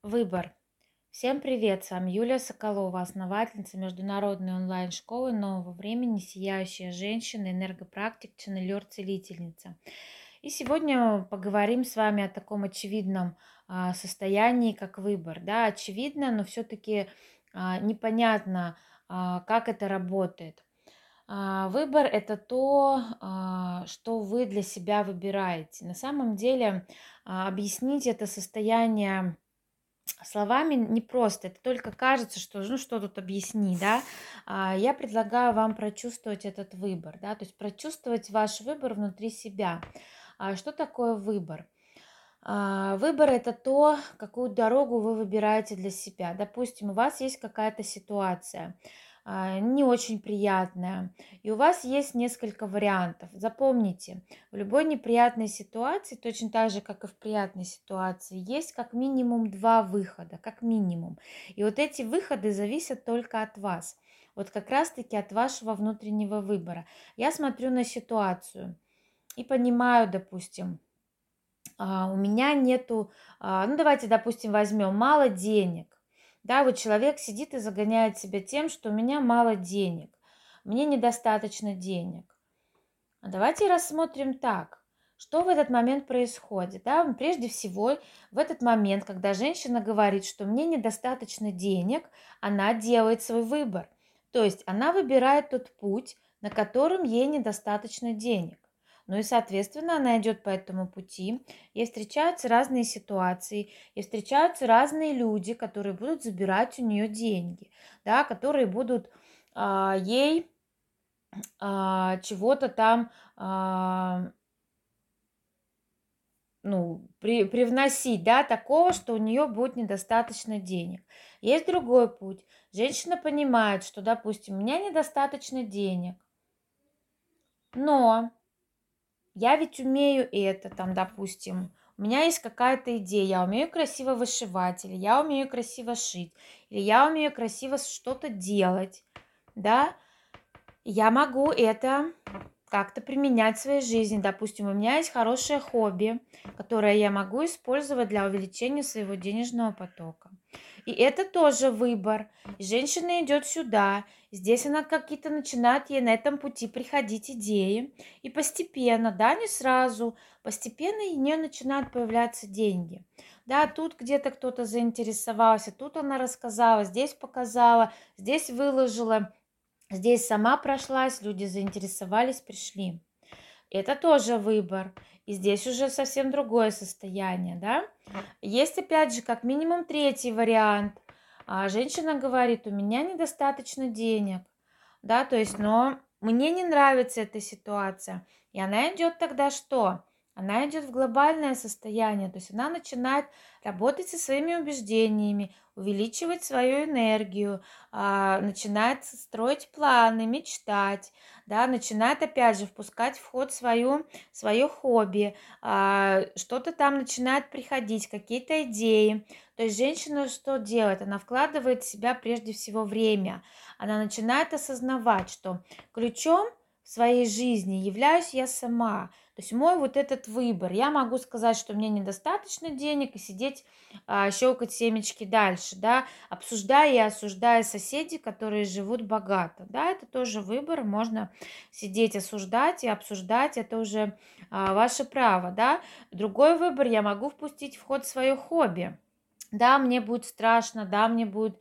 Выбор. Всем привет, с вами Юлия Соколова, основательница международной онлайн-школы нового времени «Сияющая женщина», энергопрактик, ченнелер, целительница. И сегодня поговорим с вами о таком очевидном состоянии, как выбор. Да, очевидно, но все-таки непонятно, как это работает. Выбор – это то, что вы для себя выбираете. На самом деле объяснить это состояние словами непросто. Это только кажется, что ну что тут объясни, да. Я предлагаю вам прочувствовать этот выбор, да, то есть прочувствовать ваш выбор внутри себя. Что такое выбор? Выбор – это то, какую дорогу вы выбираете для себя. Допустим, у вас есть какая-то ситуация, не очень приятная, и у вас есть несколько вариантов. Запомните, в любой неприятной ситуации, точно так же, как и в приятной ситуации, есть как минимум два выхода, как минимум. И вот эти выходы зависят только от вас. Вот как раз-таки от вашего внутреннего выбора. Я смотрю на ситуацию и понимаю, допустим, у меня нету, ну давайте, допустим, возьмем мало денег. Да, вот человек сидит и загоняет себя тем, что у меня мало денег, мне недостаточно денег. Давайте рассмотрим так, что в этот момент происходит. Да? Прежде всего, в этот момент, когда женщина говорит, что мне недостаточно денег, она делает свой выбор. То есть она выбирает тот путь, на котором ей недостаточно денег. Ну и, соответственно, она идет по этому пути, ей встречаются разные ситуации, ей встречаются разные люди, которые будут забирать у нее деньги, да, которые будут ей чего-то там привносить, да, такого, что у нее будет недостаточно денег. Есть другой путь. Женщина понимает, что, допустим, у меня недостаточно денег, но я ведь умею это, там, допустим, у меня есть какая-то идея, я умею красиво вышивать, или я умею красиво шить, или я умею красиво что-то делать, да, я могу это как-то применять в своей жизни. Допустим, у меня есть хорошее хобби, которое я могу использовать для увеличения своего денежного потока. И это тоже выбор. И женщина идет сюда. Здесь она какие-то начинает ей на этом пути приходить идеи. И постепенно, да, не сразу, постепенно у нее начинают появляться деньги. Да, тут где-то кто-то заинтересовался, тут она рассказала, здесь показала, здесь выложила. Здесь сама прошлась, люди заинтересовались, пришли. Это тоже выбор. И здесь уже совсем другое состояние, да? Есть, опять же, как минимум третий вариант. Женщина говорит, у меня недостаточно денег, да, то есть, но мне не нравится эта ситуация. И она идет тогда что? Она идет в глобальное состояние, то есть она начинает работать со своими убеждениями, увеличивать свою энергию, начинает строить планы, мечтать, да, начинает опять же впускать в ход свое хобби, что-то там начинает приходить, какие-то идеи. То есть женщина что делает? Она вкладывает в себя прежде всего время. Она начинает осознавать, что ключом в своей жизни являюсь я сама. То есть мой вот этот выбор. Я могу сказать, что мне недостаточно денег и сидеть, щелкать семечки дальше, да, обсуждая и осуждая соседей, которые живут богато. Да, это тоже выбор. Можно сидеть, осуждать и обсуждать. Это уже ваше право, да. Другой выбор, я могу впустить в ход свое хобби. Да, мне будет страшно, да, мне будет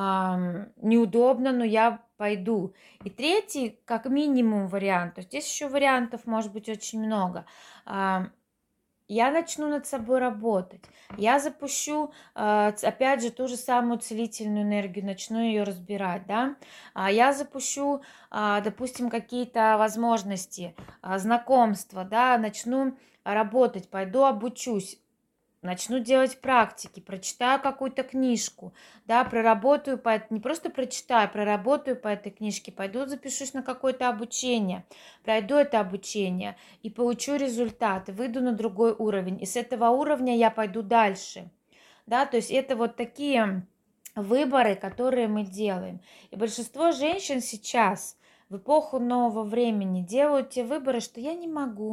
неудобно, но я пойду. И третий, как минимум, вариант, то есть здесь еще вариантов может быть очень много. Я начну над собой работать, я запущу, опять же, ту же самую целительную энергию, начну ее разбирать, да, я запущу, допустим, какие-то возможности, знакомства, да, начну работать, пойду обучусь, начну делать практики, прочитаю какую-то книжку, да, проработаю не просто прочитаю, проработаю по этой книжке, пойду запишусь на какое-то обучение, пройду это обучение и получу результаты, выйду на другой уровень, и с этого уровня я пойду дальше, да, то есть это вот такие выборы, которые мы делаем. И большинство женщин сейчас в эпоху нового времени делают те выборы, что я не могу,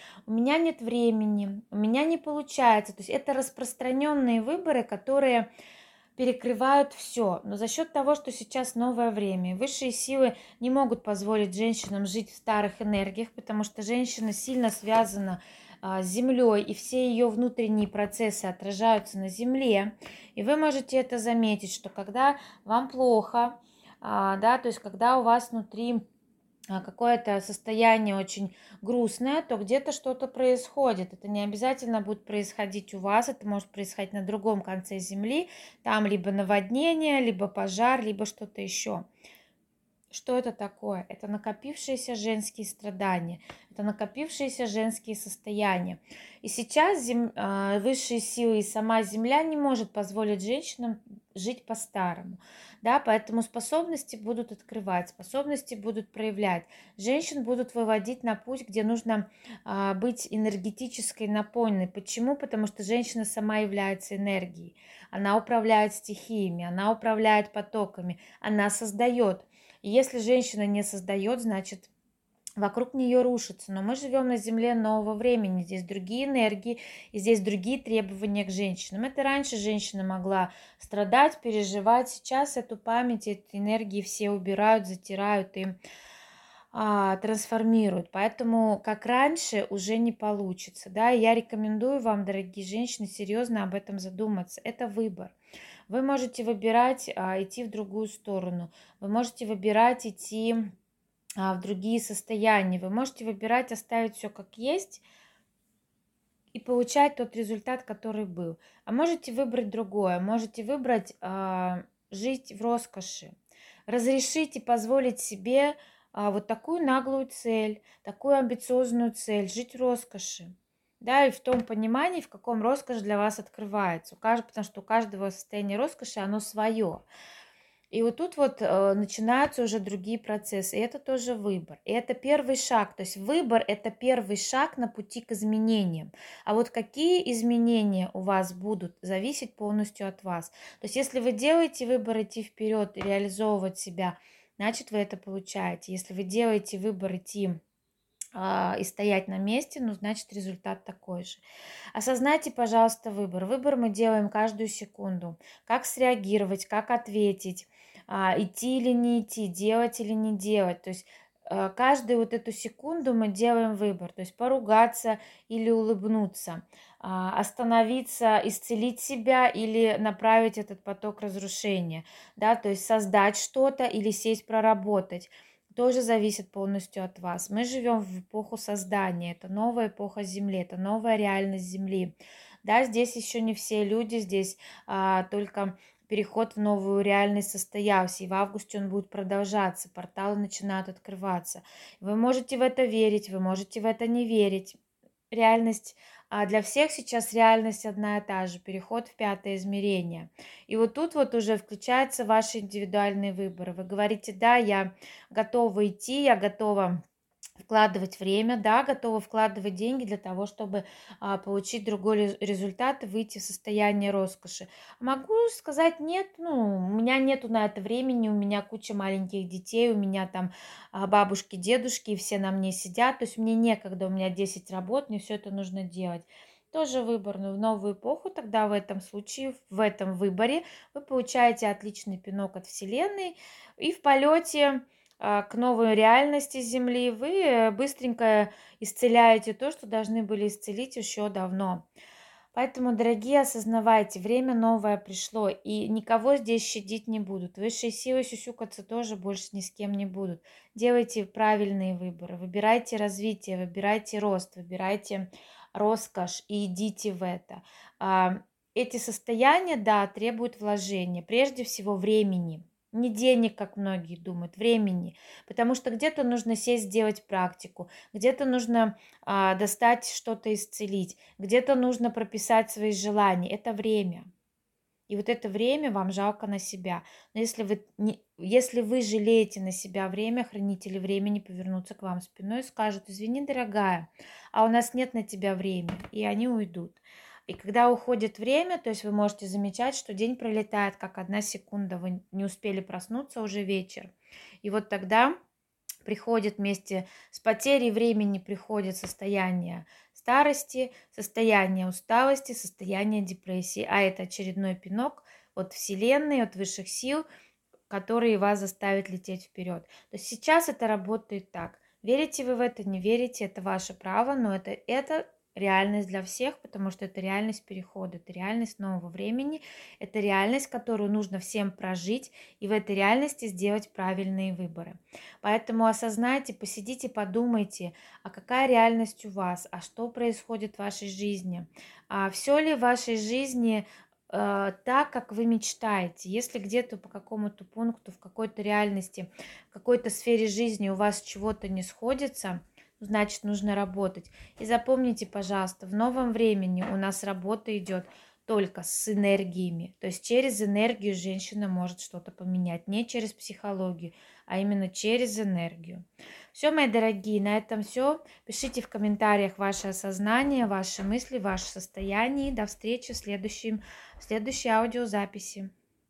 у меня нет времени, у меня не получается. То есть это распространенные выборы, которые перекрывают все. Но за счет того, что сейчас новое время, высшие силы не могут позволить женщинам жить в старых энергиях, потому что женщина сильно связана с землей, и все ее внутренние процессы отражаются на земле. И вы можете это заметить, что когда вам плохо, да, то есть когда у вас внутри какое-то состояние очень грустное, то где-то что-то происходит. Это не обязательно будет происходить у вас, это может происходить на другом конце земли, там либо наводнение, либо пожар, либо что-то еще. Что это такое? Это накопившиеся женские страдания, это накопившиеся женские состояния. И сейчас высшие силы и сама Земля не может позволить женщинам жить по-старому. Да, поэтому способности будут открывать, способности будут проявлять. Женщин будут выводить на путь, где нужно быть энергетической наполненной. Почему? Потому что женщина сама является энергией. Она управляет стихиями, она управляет потоками, она создает. И если женщина не создает, значит, вокруг нее рушится. Но мы живем на Земле нового времени, здесь другие энергии, и здесь другие требования к женщинам. Это раньше женщина могла страдать, переживать, сейчас эту память, эти энергии все убирают, затирают и трансформируют. Поэтому, как раньше, уже не получится. Да? И я рекомендую вам, дорогие женщины, серьезно об этом задуматься. Это выбор. Вы можете выбирать идти в другую сторону. Вы можете выбирать идти в другие состояния. Вы можете выбирать оставить все как есть и получать тот результат, который был. А можете выбрать другое. Можете выбрать жить в роскоши. Разрешить и позволить себе вот такую наглую цель, такую амбициозную цель, жить в роскоши. Да, и в том понимании, в каком роскошь для вас открывается. Потому что у каждого состояние роскоши, оно свое. И вот тут вот начинаются уже другие процессы. И это тоже выбор. И это первый шаг. То есть выбор – это первый шаг на пути к изменениям. А вот какие изменения у вас будут, зависеть полностью от вас. То есть если вы делаете выбор идти вперед и реализовывать себя, значит, вы это получаете. Если вы делаете выбор идти и стоять на месте, ну, значит, результат такой же. Осознайте, пожалуйста, выбор. Выбор мы делаем каждую секунду. Как среагировать, как ответить, идти или не идти, делать или не делать. То есть каждую вот эту секунду мы делаем выбор. То есть поругаться или улыбнуться, остановиться, исцелить себя или направить этот поток разрушения. Да? То есть создать что-то или сесть проработать. Тоже зависит полностью от вас. Мы живем в эпоху создания, это новая эпоха Земли, это новая реальность Земли. Да, здесь еще не все люди, здесь только переход в новую реальность состоялся, и в августе он будет продолжаться, порталы начинают открываться. Вы можете в это верить, вы можете в это не верить. Реальность для всех сейчас реальность одна и та же, переход в пятое измерение. И вот тут вот уже включаются ваши индивидуальные выборы. Вы говорите, да, я готова идти, я готова вкладывать время, да, готова вкладывать деньги для того, чтобы получить другой результат и выйти в состояние роскоши. Могу сказать нет, ну, у меня нету на это времени, у меня куча маленьких детей, у меня там бабушки, дедушки, и все на мне сидят, то есть мне некогда, у меня 10 работ, мне все это нужно делать. Тоже выбор, но в новую эпоху тогда в этом случае, в этом выборе вы получаете отличный пинок от Вселенной, и в полете к новой реальности Земли, вы быстренько исцеляете то, что должны были исцелить еще давно. Поэтому, дорогие, осознавайте, время новое пришло, и никого здесь щадить не будут. Высшие силы сюсюкаться тоже больше ни с кем не будут. Делайте правильные выборы, выбирайте развитие, выбирайте рост, выбирайте роскошь и идите в это. Эти состояния, да, требуют вложения, прежде всего времени. Не денег, как многие думают, времени. Потому что где-то нужно сесть, сделать практику, где-то нужно достать что-то исцелить, где-то нужно прописать свои желания. Это время. И вот это время вам жалко на себя. Но если вы жалеете на себя время, хранители времени повернутся к вам спиной и скажут: извини, дорогая, а у нас нет на тебя времени. И они уйдут. И когда уходит время, то есть вы можете замечать, что день пролетает как 1 секунда, вы не успели проснуться, уже вечер. И вот тогда приходит вместе с потерей времени, приходит состояние старости, состояние усталости, состояние депрессии. А это очередной пинок от Вселенной, от высших сил, который вас заставит лететь вперед. То есть сейчас это работает так. Верите вы в это, не верите, это ваше право, но это реальность для всех, потому что это реальность перехода, это реальность нового времени, это реальность, которую нужно всем прожить и в этой реальности сделать правильные выборы. Поэтому осознайте, посидите, подумайте, а какая реальность у вас, а что происходит в вашей жизни, а все ли в вашей жизни так, как вы мечтаете. Если где-то по какому-то пункту, в какой-то реальности, в какой-то сфере жизни у вас чего-то не сходится, значит, нужно работать. И запомните, пожалуйста, в новом времени у нас работа идет только с энергиями. То есть через энергию женщина может что-то поменять. Не через психологию, а именно через энергию. Все, мои дорогие, на этом все. Пишите в комментариях ваше осознание, ваши мысли, ваше состояние. До встречи в следующей аудиозаписи.